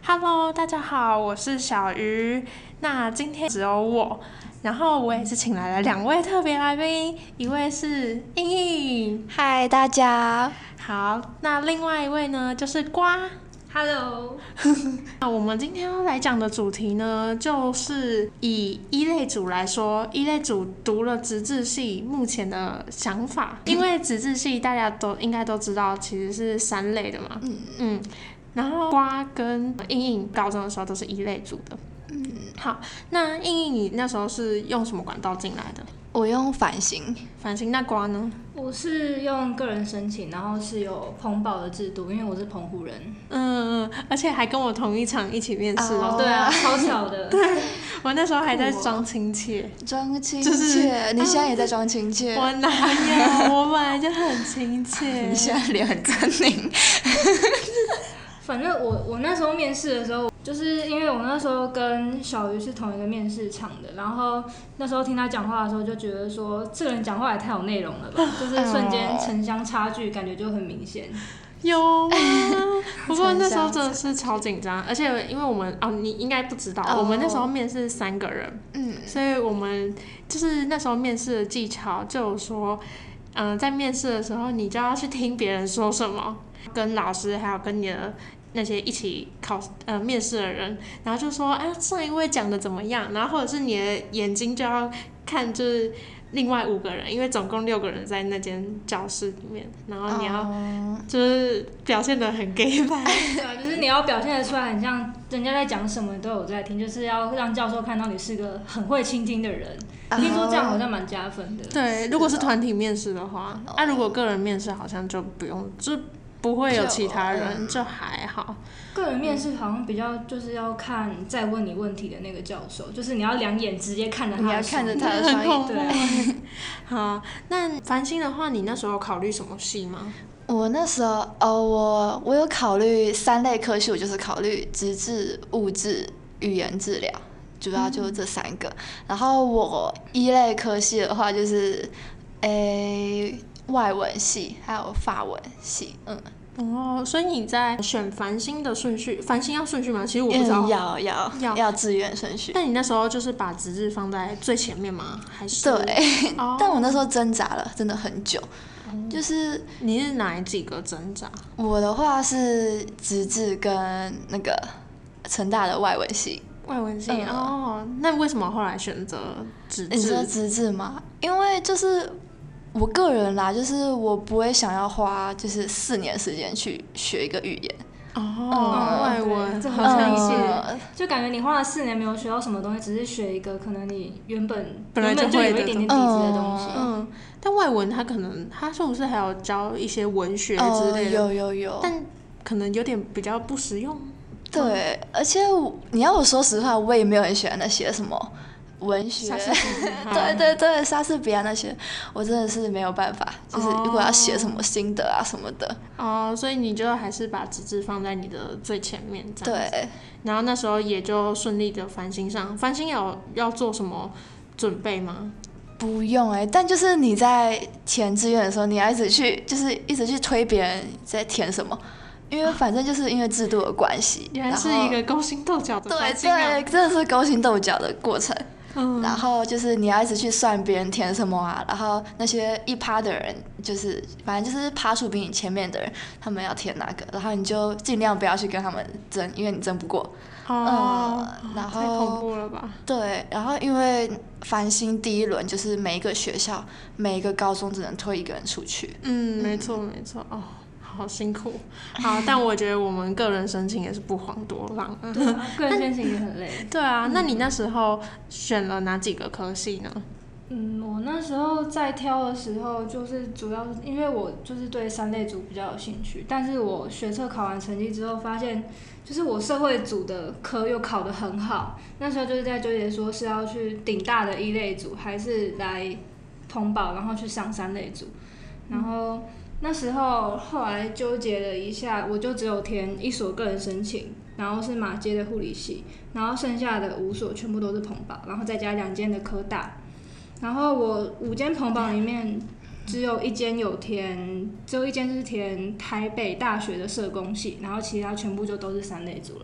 Hello， 大家好，我是小鱼。那今天只有我，然后我也是请来了2位特别来宾，一位是印印， 嗨，大家。 好，那另外一位呢就是瓜。 Hello， 那我们今天要来讲的主题呢，就是以一类组来说，一类组读了职治系目前的想法。因为职治系大家都应该都知道，其实是3类的嘛。然后瓜跟印印高中的时候都是一类组的。好，那印印你那时候是用什么管道进来的？ 我用繁星。 繁星，那瓜呢？ 我是用个人申请，然后是有澎保的制度，因为我是澎湖人。 而且还跟我同一场一起面试哦。 对啊，超巧的。 对，我那时候还在装亲切。 装亲切，你现在也在装亲切？ 我哪有？我本来就很亲切。 你现在脸很狰狞。 反正我那时候面试的时候，就是因为我那时候跟小鱼是同一个面试场的，然后那时候听他讲话的时候，就觉得说这个人讲话也太有内容了吧，就是瞬间城乡差距感觉就很明显。 有吗？不过那时候真的是超紧张，而且因为我们你应该不知道，我们那时候面试3个人，所以我们就是那时候面试的技巧就有说，在面试的时候你就要去听别人说什么，跟老师还有跟你的那些一起面试的人，然后就说上一位讲的怎么样，然后或者是你的眼睛就要看就是另外5个人，因为总共6个人在那间教室里面，然后你要就是表现得很 gay 白， 对啊，就是你要表现得出来很像人家在讲什么都有在听，就是要让教授看到你是个很会倾听的人。听说这样好像蛮加分的。 对，如果是团体面试的话，如果个人面试好像就不用，就不会有其他人，就还好。 个人面试好像比较就是要看再问你问题的那个教授，就是你要2眼直接看着他的， 你要看着他的双眼。 对。 好，那繁星的话，你那时候有考虑什么系吗？ 我那时候我有考虑3类科系，我就是考虑职治、物治、语言治疗，主要就这3个。然后我1类科系的话就是外文系还有法文系。 所以你在选繁星的顺序，繁星要顺序吗？其实我不知道。 要志愿顺序。 那你那时候就是把职治放在最前面吗？还是？ 对。但我那时候挣扎了，真的很久。就是你是哪几个挣扎？ 我的话是职治跟那个成大的外文系。 外文系那为什么后来选择职治？ 你说职治吗？因为就是我个人啦，就是我不会想要花就是4年时间去学一个语言。 外文， 这好像是，就感觉你花了4年没有学到什么东西，只是学一个可能你原本就有一点点底子的东西。 但外文它可能它是不是还有教一些文学之类的？ 有。 但可能有点比较不实用。 对，而且你要我说实话，我也没有很喜欢那些什么文学，对，莎士比亚那些，我真的是没有办法。就是如果要写什么心得啊什么的。 所以你就还是把职治放在你的最前面这样子。 对。 然后那时候也就顺利的繁星上。繁星要做什么准备吗？ 不用但就是你在填志愿的时候，你要一直去推别人在填什么。因为反正就是因为制度的关系， 原来是一个勾心斗角的对，真的是勾心斗角的过程。然后就是你要一直去算别人填什么啊，然后那些1%的人，就是反正就是趴数比你前面的人，他们要填哪个，然后你就尽量不要去跟他们争，因为你争不过。然后太恐怖了吧？ 对，然后因为繁星第1轮就是每一个学校、每一个高中只能推1个人出去。 没错好辛苦。好，但我觉得我们个人申请也是不遑多让。 对啊，个人申请也很累。 对啊，那你那时候选了哪几个科系呢？ 我那时候在挑的时候，就是主要因为我就是对3类组比较有兴趣，但是我学测考完成绩之后发现，就是我社会组的科又考得很好，那时候就是在纠结说是要去顶大的1类组，还是来澎保然后去上3类组，然后那时候后来纠结了一下，我就只有填1所个人申请，然后是马偕的护理系，然后剩下的5所全部都是澎保，然后再加2间的科大。然后我5间澎保里面只有1间是填台北大学的社工系，然后其他全部就都是3类组了。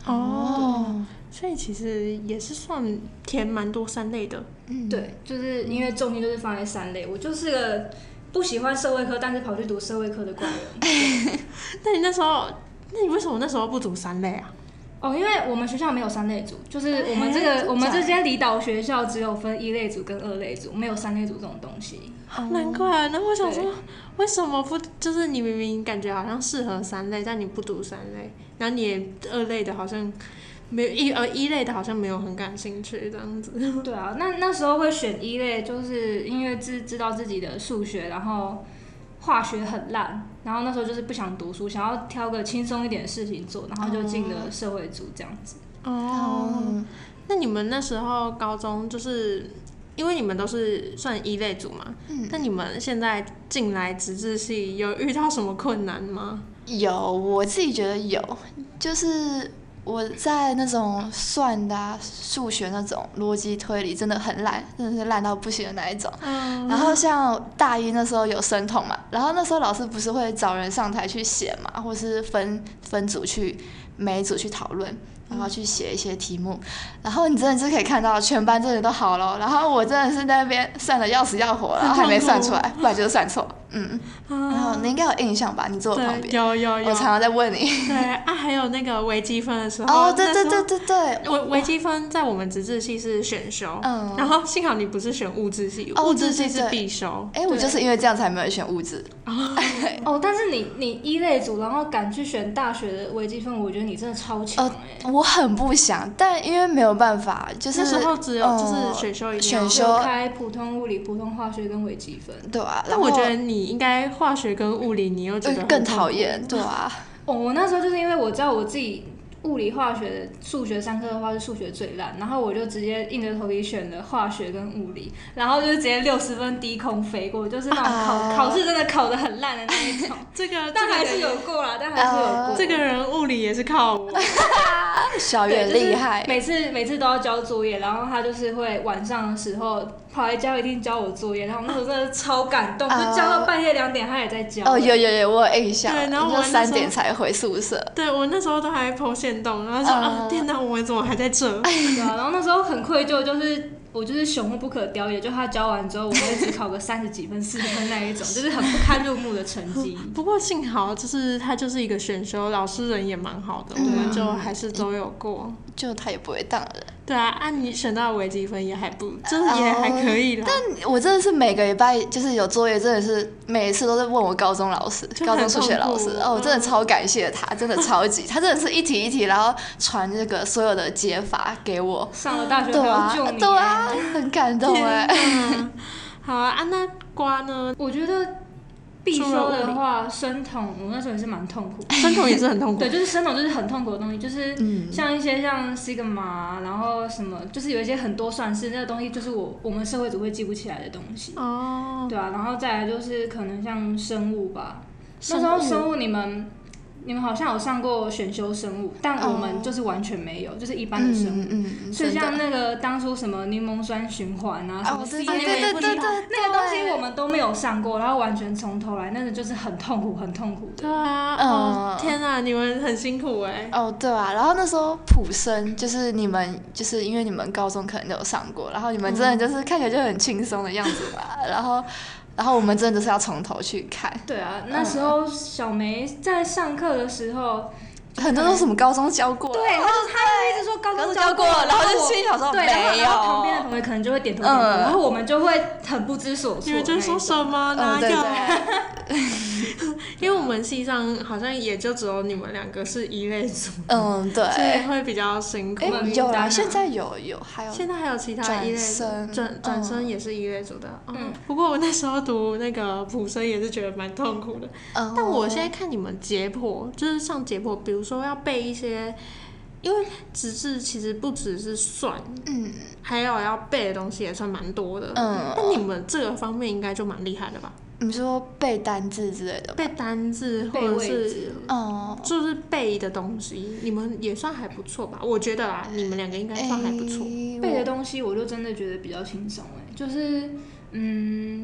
哦，所以其实也是算填蛮多三类的。 对，就是因为重心就是放在三类，我就是个不喜欢社会科，但是跑去读社会科的怪人。 那你为什么那时候不读三类啊？ 因为我们学校没有三类组，就是我们这间离岛学校只有分一类组跟二类组，没有三类组这种东西。 难怪，那我想说，为什么不？就是你明明感觉好像适合三类，但你不读三类，然后你也二类的好像没有一类的好像没有很感兴趣这样子。 对啊，那时候会选一类，就是因为知道自己的数学，然后化学很烂，然后那时候就是不想读书，想要挑个轻松一点的事情做，然后就进了社会组这样子。 那你们那时候高中就是因为你们都是算一类组嘛，那你们现在进来直治系有遇到什么困难吗？ 有，我自己觉得有，就是我在那种算的数学那种逻辑推理真的很烂，真的是烂到不行的那一种。然后像大一那时候有生统嘛，然后那时候老师不是会找人上台去写嘛，或是分组去每一组去讨论，然后去写一些题目，然后你真的是可以看到全班真的都好了，然后我真的是在那边算得要死要活，然后还没算出来，不然就是算错。然后你应该有印象吧？你坐我旁边， 有， 我常常在问你。 对啊，还有那个微积分的时候。 对。 微积分在我们直治系是选修，然后幸好你不是选物质系，物质系是必修。 我就是因为这样才没有选物质。 但是你一类组，然后敢去选大学的微积分，我觉得你真的超强我很不想，但因为没有办法，就是那时候只有就是选修一定要选修开普通物理、普通化学跟微积分。 对啊， 但我觉得你应该化学跟物理你又觉得更讨厌，对啊。 我那时候就是因为我知道我自己物理、化学的数学3科的话是数学最烂，然后我就直接硬着头皮选了化学跟物理，然后就直接60分低空飞过，就是那种考试真的考得很烂的那一种。但还是有过啦， 这个人物理也是靠我。 小圆厉害， 就是每次都要交作业，然后他就是会晚上的时候跑来一定交我作业，然后那时候真的超感动，就交到半夜2点他也在交。 有，我有印象。 对，然后我3点才回宿舍。 对，我那时候都还 po 限动，然后说天哪，我们怎么还在这？ 对啊，然后那时候很愧疚，就是我就是朽木不可雕也，就他教完之后，我会只考个30几分、40分那一种，就是很不堪入目的成绩。 不过幸好就是他就是一个选修，老师人也蛮好的，我们就还是都有过。 就他也不会当人。 对啊，你选到微积分也还不，就是也还可以啦。 但我真的是每个礼拜就是有作业，真的是每一次都在问我高中老师、高中数学老师。我真的超感谢他，真的超级，他真的是一题一题，然后传这个所有的解法给我。 上了大学还要救你。 对啊，很感动好啊，那瓜呢？ 我觉得必修的话，生统我那时候也是蛮痛苦。 生统也是很痛苦。 对，就是生统就是很痛苦的东西，就是像一些像 sigma， 然后什么，就是有一些很多算式那个东西，就是我们社会组会记不起来的东西。对啊，然后再来就是可能像生物吧，那时候生物你们好像有上过选修生物，但我们就是完全没有，就是一般的生物。所以像那个当初什么柠檬酸循环啊，什么 C 那个也不知道，那个东西我们都没有上过，然后完全从头来，那个就是很痛苦的。 对啊，天啊，你们很辛苦对啊，然后那时候普生就是你们就是因为你们高中可能都有上过，然后你们真的就是看起来就很轻松的样子嘛，然后我们真的是要从头去看。 对啊，那时候小梅在上课的时候， 很多都是什么高中教过， 对，他一直说高中教过， 然后就心里想说没有， 然后旁边的同学可能就会点头，然后我们就会很不知所措。 你们就说什么哪有？因为我们系上好像也就只有你们2个是一类组， 对， 所以会比较辛苦。 有啦，现在有， 现在还有其他一类组，转生也是一类组的。不过我那时候读那个普生也是觉得蛮痛苦的。但我现在看你们解剖，就是上解剖，比如说要背一些。因为直治其实不只是算，还有要背的东西也算蛮多的。那你们这个方面应该就蛮厉害的吧？ 你说背单字之类的， 背单字或者是就是背的东西，你们也算还不错吧？我觉得你们2个应该算还不错。 背的东西我就真的觉得比较轻松就是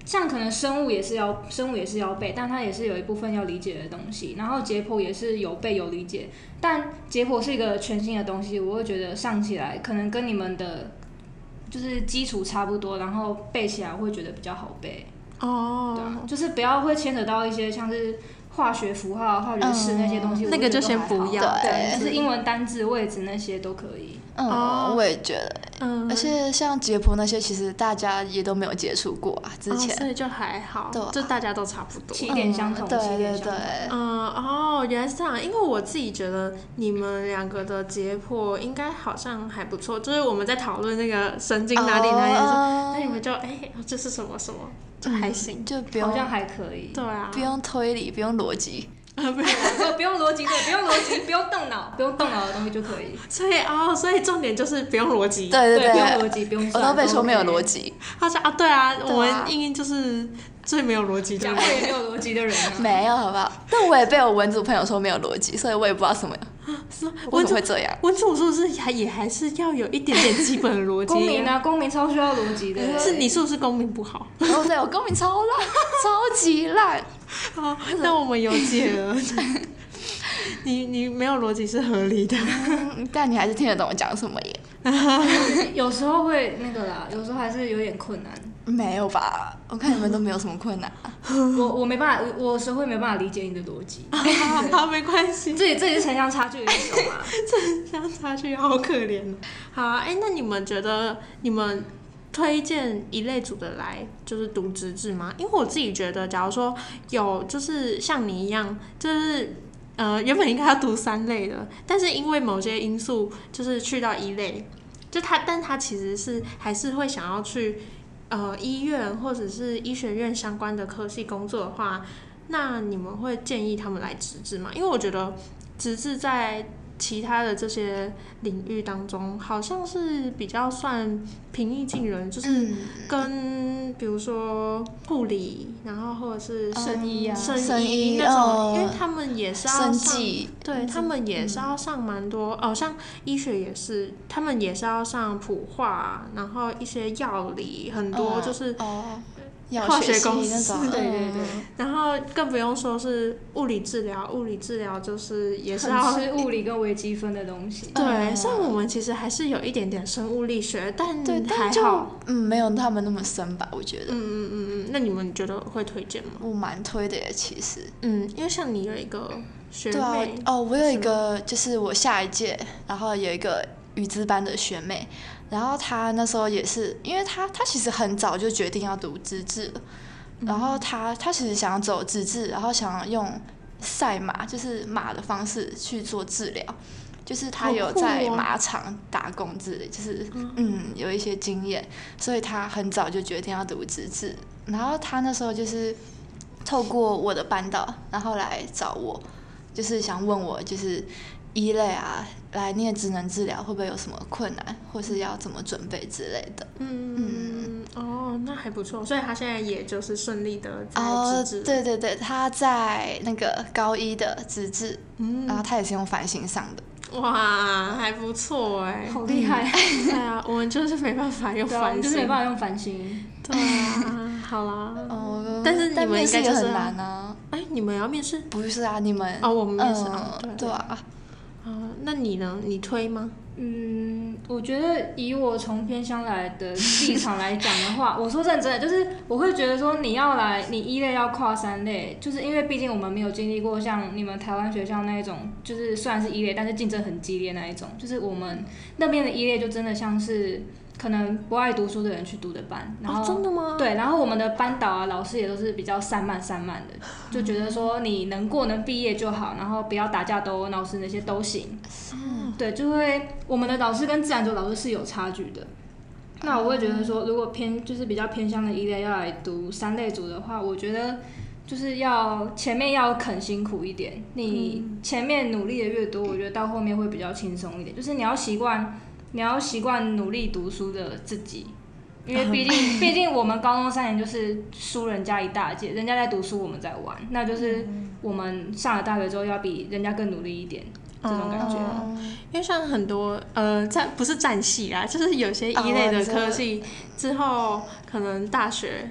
像可能生物也是要背，但它也是有一部分要理解的东西。然后解剖也是有背有理解，但解剖是一个全新的东西，我会觉得上起来可能跟你们的就是基础差不多，然后背起来会觉得比较好背。哦，对啊，就是不要会牵扯到一些像是化学符号、化学式那些东西， 那个就先不要。 对，就是英文单字、位置那些都可以。 我也觉得。而且像解剖那些，其实大家也都没有接触过啊，之前， 所以就还好，就大家都差不多， 起点相同， 对。 原来是这样，因为我自己觉得你们两个的解剖应该好像还不错，就是我们在讨论那个神经哪里的时候，那你们就这是什么什么，就还行， 就不用， 好像还可以， 对啊， 不用推理，不用逻辑。 不用逻辑，对，不用逻辑，不用动脑，不用动脑的东西就可以。 所以重点就是不用逻辑。 对， 不用逻辑，不用。 我都被说没有逻辑。 好像对啊，我们英就是最没有逻辑的人， 最没有逻辑的人啊。 没有，好不好？但我也被我文组朋友说没有逻辑，所以我也不知道什么。为什么会这样？ 文组是不是也还是要有一点点基本的逻辑？ 公民超需要逻辑的。 是你是不是公民不好？ 对，我公民超烂，超级烂。 好，那我们有解了。你没有逻辑是合理的， 但你还是听得懂我讲什么耶。 有时候会那个啦，有时候还是有点困难。 没有吧？我看你们都没有什么困难。 我没办法，我有时候会没办法理解你的逻辑。 好，没关系。 这是城乡差距的一种嘛。 城乡差距好可怜。好，那你们觉得你们推荐一类组的来就是读职志吗？因为我自己觉得，假如说有就是像你一样，就是原本应该要读3类的，但是因为某些因素就是去到1类，但他其实还是会想要去医院或者是医学院相关的科系工作的话，那你们会建议他们来职志吗？因为我觉得职志在其他的这些领域当中，好像是比较算平易近人，就是跟比如说护理，然后或者是生医啊、 生医那种，因为他们也是要上，对，他们也是要上蛮多像医学也是，他们也是要上普化，然后一些药理，很多就是化学公司， 对， 然后更不用说是物理治疗就是也是要很吃物理跟微积分的东西。 对，所以我们其实还是有一点点生物力学，但还好， 没有他们那么深吧，我觉得。 那你们觉得会推荐吗？ 我蛮推的耶，其实。 因为像你有一个学妹， 我有一个就是我下一届，然后有一个语资班的学妹。然后他那时候也是，因为他其实很早就决定要读职志了，然后他其实想要走职志，然后想要用赛马，就是马的方式去做治疗，就是他有在马场打工之类，就是有一些经验，所以他很早就决定要读职志。然后他那时候就是透过我的班导，然后来找我，就是想问我就是1类啊，来念职能治疗会不会有什么困难，或是要怎么准备之类的。 那还不错，所以他现在也就是顺利的在职志。 对，他在那个高1的职志，然后他也是用繁星上的。 哇，还不错哎， 好厉害！ 对啊，我们就是没办法用繁星， 就是没办法用繁星。 对啊，好啦。但是你们应该就是很难啊。 你们要面试？ 不是啊，你们。 我们面试对啊。 那你呢？你推吗？ 我觉得以我从偏乡来的立场来讲的话，我说认真的，就是我会觉得说你要来，你1类要跨3类，就是因为毕竟我们没有经历过像你们台湾学校那一种，就是虽然是1类，但是竞争很激烈那一种，就是我们那边的1类就真的像是可能不爱读书的人去读的班，然后真的吗？ 对，然后我们的班导啊、老师也都是比较散漫的，就觉得说你能过能毕业就好，然后不要打架斗殴闹事那些都行。对，就会我们的老师跟自然组老师是有差距的。那我会觉得说，如果就是比较偏向的1类要来读3类组的话，我觉得就是前面要肯辛苦一点，你前面努力的越多，我觉得到后面会比较轻松一点。就是你要习惯努力读书的自己，因为毕竟我们高中3年就是输人家一大截，人家在读书，我们在玩，那就是我们上了大学之后要比人家更努力一点。这种感觉， 因为像很多不是战系啦，就是有些1类的科系之后，可能大学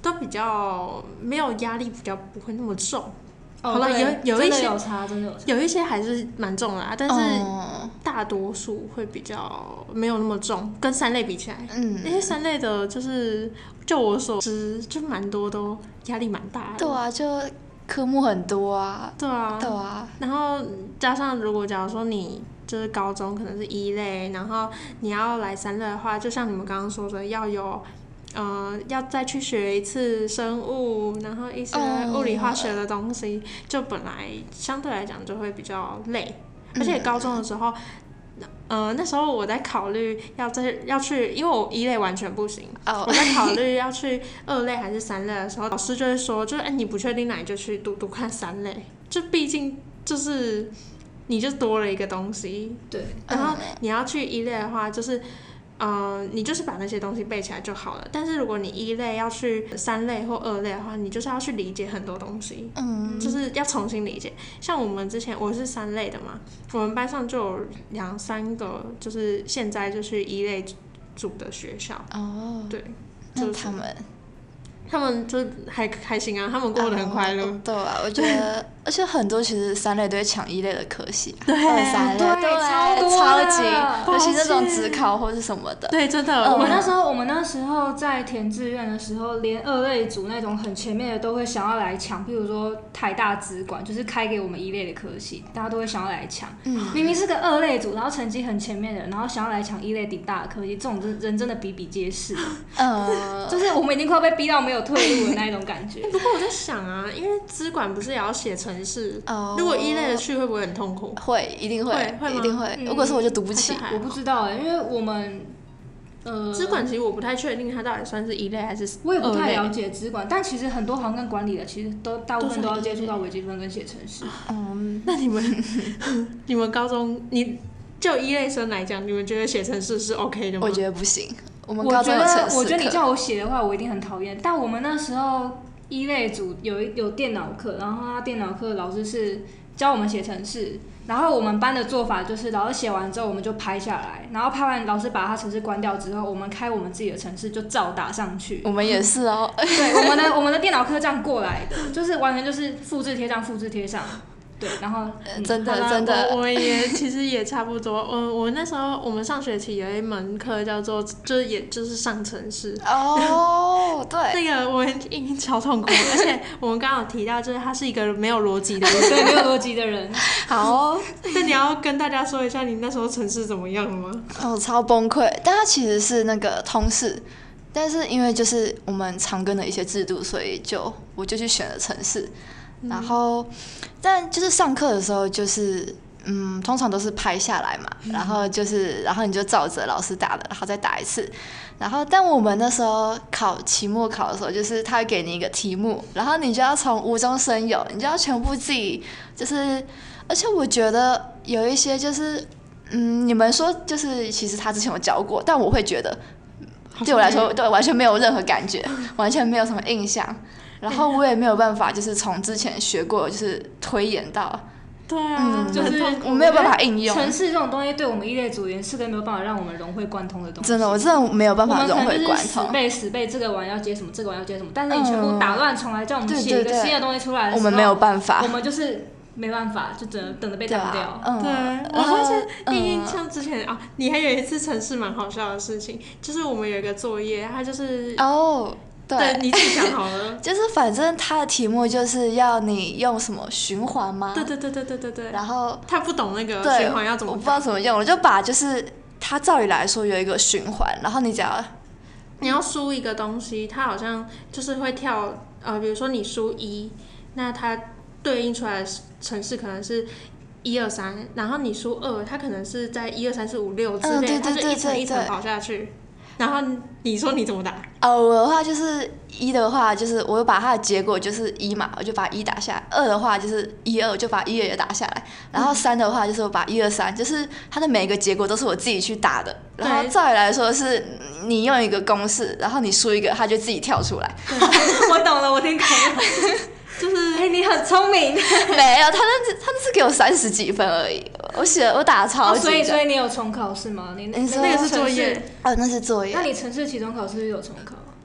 都比较没有压力，比较不会那么重。 好了，有一些有差，真的有差， 有一些还是蛮重的啦，但是大多数会比较没有那么重，跟三类比起来，那些三类的就我所知，就蛮多都压力蛮大的。 对啊，就科目很多啊。 对啊， 对啊。 然后加上如果假如说你就是高中可能是一类，然后你要来三类的话，就像你们刚刚说的，要有。要再去学一次生物，然后一些物理化学的东西，就本来相对来讲就会比较累，而且高中的时候，那时候我在考虑要去，因为我一类完全不行，我在考虑要去二类还是三类的时候，老师就会说，就是你不确定哪你就去读看三类，就毕竟就是你就多了一个东西， 对， 然后你要去一类的话，就是。你就是把那些东西背起来就好了。但是如果你一类要去三类或二类的话，你就是要去理解很多东西，就是要重新理解。像我们之前我是三类的嘛，我们班上就有2-3个，就是现在就去一类组的学校。对，就是他们就还开心啊，他们过得很快乐。 对啊，我觉得，而且很多其实三类都会抢一类的科系， 对， 三类对， 超级，尤其那种指考或是什么的。 对，真的。 我们那时候在填志愿的时候，连二类组那种很前面的都会想要来抢，譬如说台大资管，就是开给我们一类的科系，大家都会想要来抢。明明是个二类组，然后成绩很前面的人，然后想要来抢一类顶大的科系，这种人真的比比皆是。就是我们已经快要被逼到没有退路的那一种感觉。 不过我在想啊，因为资管不是也要写程式，如果一类的去会不会很痛苦？ 会，一定会，一定会。如果是我就读不起。 我不知道因为我们资管其实我不太确定它到底算是一类还是二类， 我也不太了解资管，但其实很多行跟管理的其实大部分都要接触到微积分跟写程式。 那你们高中就一类生来讲，你们觉得写程式是 OK 的吗？ 我觉得不行。我们高中有程式课。 我觉得你叫我写的话，我一定很讨厌。但我们那时候一类组有电脑课，然后他电脑课老师是教我们写程式，然后我们班的做法就是老师写完之后我们就拍下来，然后拍完老师把他程式关掉之后，我们开我们自己的程式就照打上去。 我们也是哦。 对，我们的电脑课这样过来的，就是完全就是复制贴上。对，然后真的， 我们其实也差不多。我那时候我们上学期有一门课叫做，就是上程式。 对。 那个我印象超痛苦，而且我们刚刚有提到，就是他是一个没有逻辑的人。 对，没有逻辑的人。 好。 那你要跟大家说一下你那时候程式怎么样了吗？ 超崩溃，但它其实是那个通识。但是因为就是我们常跟的一些制度，所以我就去选了程式。然后，但就是上课的时候，就是通常都是拍下来嘛，然后你就照着老师打的，然后再打一次。然后，但我们那时候期末考的时候，就是他会给你一个题目，然后你就要从无中生有，你就要全部自己而且我觉得有一些就是你们说就是其实他之前有教过，但我会觉得对我来说完全没有任何感觉，完全没有什么印象。然后我也没有办法，就是从之前学过，就是推演到。 对啊， 就是我没有办法应用。 程式这种东西对我们一类组员是个没有办法让我们融会贯通的东西。 真的，我真的没有办法融会贯通。 我们可能就是死背这个完要接什么，这个完要接什么，但是你全部打乱重来，叫我们写一个新的东西出来的时候， 我们没有办法。 我们就是没办法，就只能等着被当掉。 对，我发现像之前你还有一次程式蛮好笑的事情，就是我们有一个作业，它就是对，你自己想好了。 就是反正他的题目就是要你用什么循环吗？ 对。 然后他不懂那个循环要怎么， 我不知道怎么用，我就把就是他照理来说有一个循环，然后你要输一个东西，它好像就是会跳比如说你输1，那它对应出来的程式可能是1、2、3，然后你输2，它可能是在1、2、3、4、5、6之类，它就一层一层跑下去。然后你说你怎么打？ 我的话就是1的话，就是我把它的结果就是1嘛，我就把1打下来。2的话就是1、2，就把1、2也打下来。然后3的话就是我把1、2、3，就是它的每一个结果都是我自己去打的。然后照理来说是你用一个公式，然后你输一个，它就自己跳出来。 我懂了，我听懂了。就是你很聪明。 没有，他那是给我30几分而已。我打得超级所以你有重考是吗？你那个是作业。 那是作业。 那你程式期中考是不是有重考？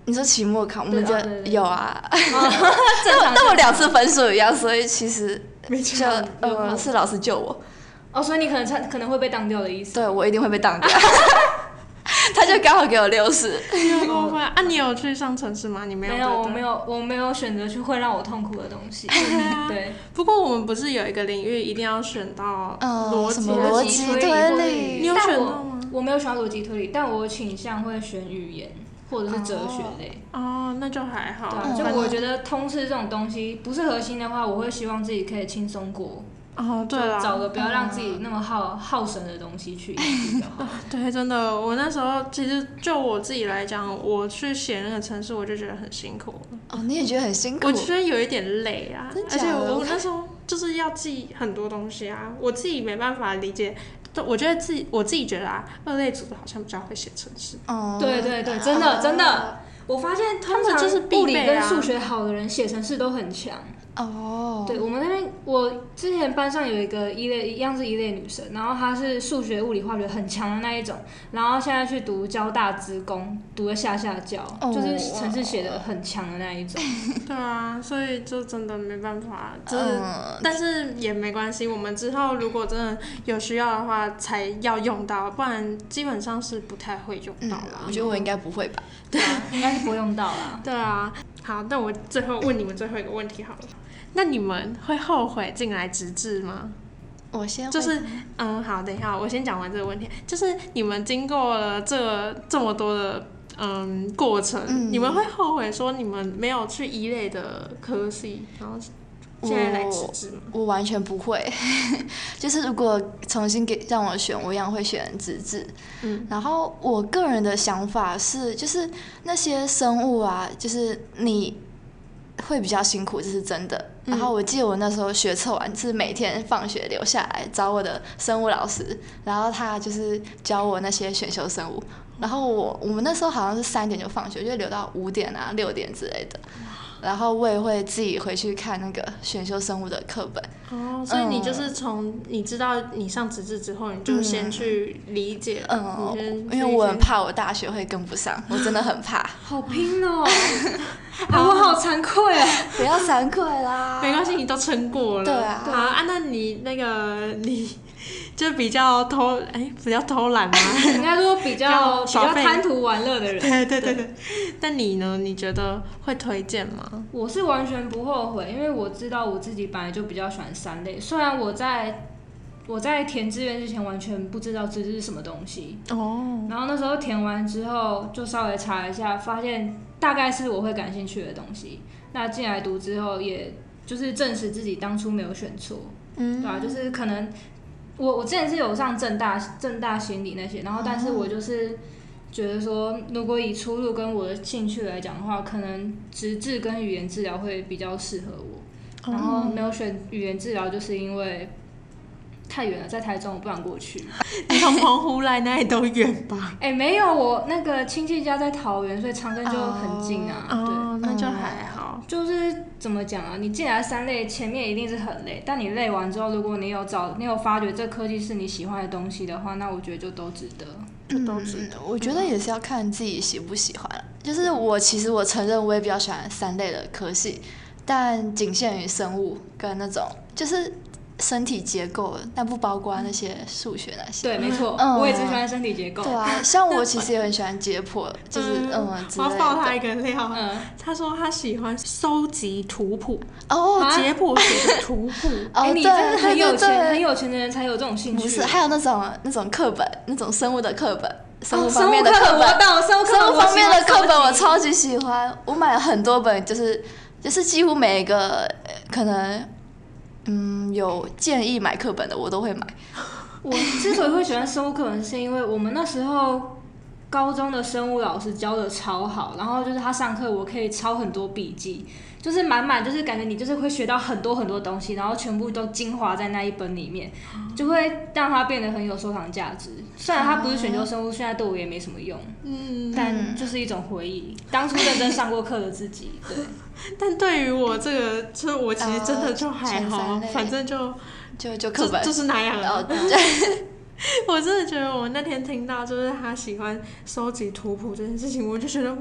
你说期末考，我们有啊， 但我2次分数一样，所以其实就是老师救我。 所以你可能会被当掉的意思。 对，我一定会被当掉。他就刚好给我60。 你有去上程式吗？你没有？ 没有，我没有选择去会让我痛苦的东西。对。 不过我们不是有一个领域一定要选到什么逻辑推理？ 你有选到吗？ 我没有选到逻辑推理，但我倾向会选语言或者是哲学类。 那就还好。 对，就我觉得通识这种东西不是核心的话，我会希望自己可以轻松过。 对啦， 找个不要让自己那么耗神的东西去比较好。 对，真的，我那时候其实就我自己来讲，我去写那个程式，我就觉得很辛苦了。 你也觉得很辛苦？ 我觉得有一点累啊， 而且我那时候就是要记很多东西啊，我自己没办法理解。我觉得我自己觉得2类组的好像比较会写程式。 对，真的，我发现通常就是物理跟数学好的人写程式都很强。对，我们那边我之前班上有一个一样是一类女生，然后她是数学、物理、化学很强的那一种，然后现在去读交大资工，读了下教，就是程式写的很强的那一种。 对啊，所以就真的没办法，但是也没关系，我们之后如果真的有需要的话才要用到，不然基本上是不太会用到啦。 我觉得我应该不会吧？ 对啊，应该是不会用到啦。 对啊，好，那我最后问你们最后一个问题好了。那你们会后悔进来直至吗？ 我先就是好，等一下，我先讲完这个问题。就是你们经过了这么多的过程，你们会后悔说你们没有去一类的科系，然后现在来直至吗？ 我完全不会。就是如果重新让我选，我一样会选直至。然后我个人的想法是，就是那些生物啊，就是你会比较辛苦，这是真的。然后我记得我那时候学测完是每天放学留下来找我的生物老师，然后他就是教我那些选修生物。然后我们那时候好像是3点就放学，就留到5点啊、6点之类的。然后我也会自己回去看那个选修生物的课本。 所以你就是从你知道你上直至之后，你就先去理解。 因为我很怕我大学会跟不上，我真的很怕。 好拼哦！我好惭愧啊！ 不要惭愧啦， 没关系，你都撑过了。 对啊。 好那你你就比较偷懒吗？ 应该说比较贪图玩乐的人。 对。但你呢？你觉得会推荐吗？ 我是完全不后悔，因为我知道我自己本来就比较喜欢3类，虽然我在填志愿之前完全不知道直至是什么东西。然后那时候填完之后就稍微查一下，发现大概是我会感兴趣的东西。那进来读之后，也就是证实自己当初没有选错。对吧？就是可能我之前是有上政大心理那些，然后但是我就是觉得说，如果以出路跟我的兴趣来讲的话，可能直至跟语言治疗会比较适合我。然后没有选语言治疗，就是因为太远了，在台中我不想过去。 你从澎湖来那里都远吧？ 没有，我那个亲戚家在桃园，所以长庚就很近啊。对， 那就还好。 就是怎么讲啊？你进来3类，前面一定是很累，但你累完之后，如果你有发觉这科技是你喜欢的东西的话，那我觉得就都值得。 我觉得也是要看自己喜不喜欢。就是其实我承认我也比较喜欢3类的科系，但仅限于生物跟那种就是身体结构，但不包括那些数学那些。 对，没错，我也只喜欢身体结构。 对啊，像我其实也很喜欢解剖，就是之类的。 我要爆他一个料，他说他喜欢收集图谱，解剖学的图谱。 你真的很有钱，很有钱的人才有这种兴趣。 不是，还有那种课本，那种生物的课本。生物方面的课本， 生物方面的课本我超级喜欢，我买了很多本，就是几乎每一个可能有建议买课本的我都会买。 我之所以会喜欢生物课本，是因为我们那时候高中的生物老师教的超好，然后就是他上课我可以抄很多笔记，就是满就是感觉你就是会学到很多很多东西，然后全部都精华在那一本里面，就会让它变得很有收藏价值。虽然它不是选修生物，现在对我也没什么用，但就是一种回忆，当初认真上过课的自己。对， 但对于我这个，就我其实真的就还好，反正就课本就是那样了。我真的觉得我那天听到就是他喜欢收集图谱这件事情，我就觉得哇，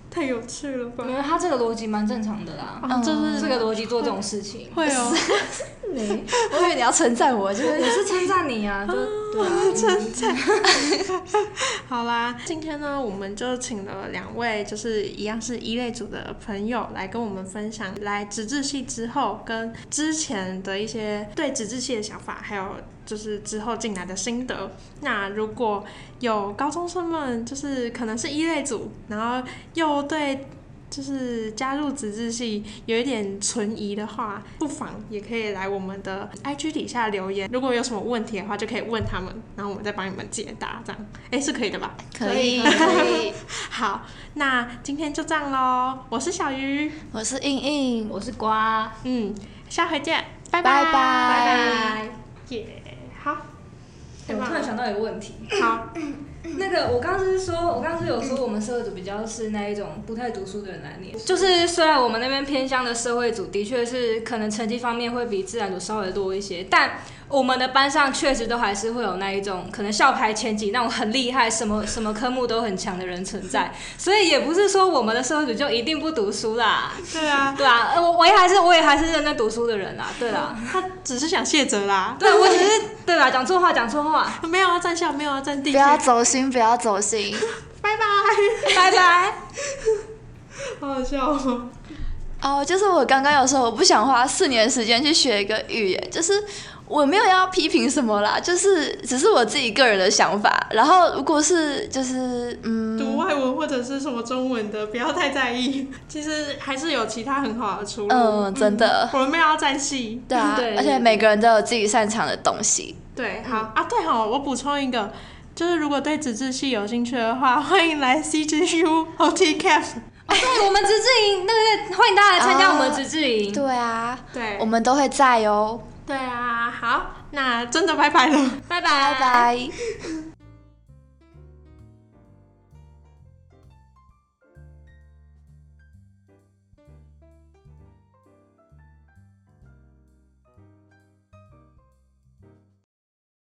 太有趣了吧？ 因为他这个逻辑蛮正常的啦， 就是这个逻辑做这种事情会哦。 我以为你要称赞我，就是也是称赞你啊，就对啊， 称赞。好啦，今天呢，我们就请了2位，就是一样是一类组的朋友来跟我们分享来纸质系之后跟之前的一些对纸质系的想法，还有就是之后进来的心得。那如果有高中生们，就是可能是一类组，然后又对就是加入纸质系有一点存疑的话，不妨也可以来我们的 IG 底下留言，如果有什么问题的话就可以问他们，然后我们再帮你们解答，这样是可以的吧？ 可以。 好，那今天就这样咯，我是小鱼， 我是印印， 我是瓜， 下回见，拜拜拜， 耶，好。 我突然想到一个问题， 好， 那个我刚刚是有说我们社会组比较是那一种不太读书的人来念，就是虽然我们那边偏向的社会组的确是可能成绩方面会比自然组稍微多一些，但我们的班上确实都还是会有那一种可能校排前几那种很厉害，什么科目都很强的人存在，所以也不是说我们的社会组就一定不读书啦。 对啊， 对啊，我也还是认真读书的人啦。对啦， 他只是想卸责啦。 对，我只是对啦，讲错话， 没有要站校，没有要站地区。 不要走心，不要走心。 拜拜， 拜拜。 好好笑哦。 就是我刚刚有说我不想花4年时间去学一个语言，就是我没有要批评什么啦，就是只是我自己个人的想法。然后如果是就是读外文或者是什么中文的，不要太在意，其实还是有其他很好的出路。 真的。 我们没有要站系。 对啊，而且每个人都有自己擅长的东西。 对，好对我补充一个，就是如果对纸质系有兴趣的话，欢迎来 CGU OTCAP。 对，我们纸质营，欢迎大家来参加我们的纸质营。 对啊， 对， 我们都会在哦。 对啊，好，那真的拜拜了， 拜拜。 拜拜。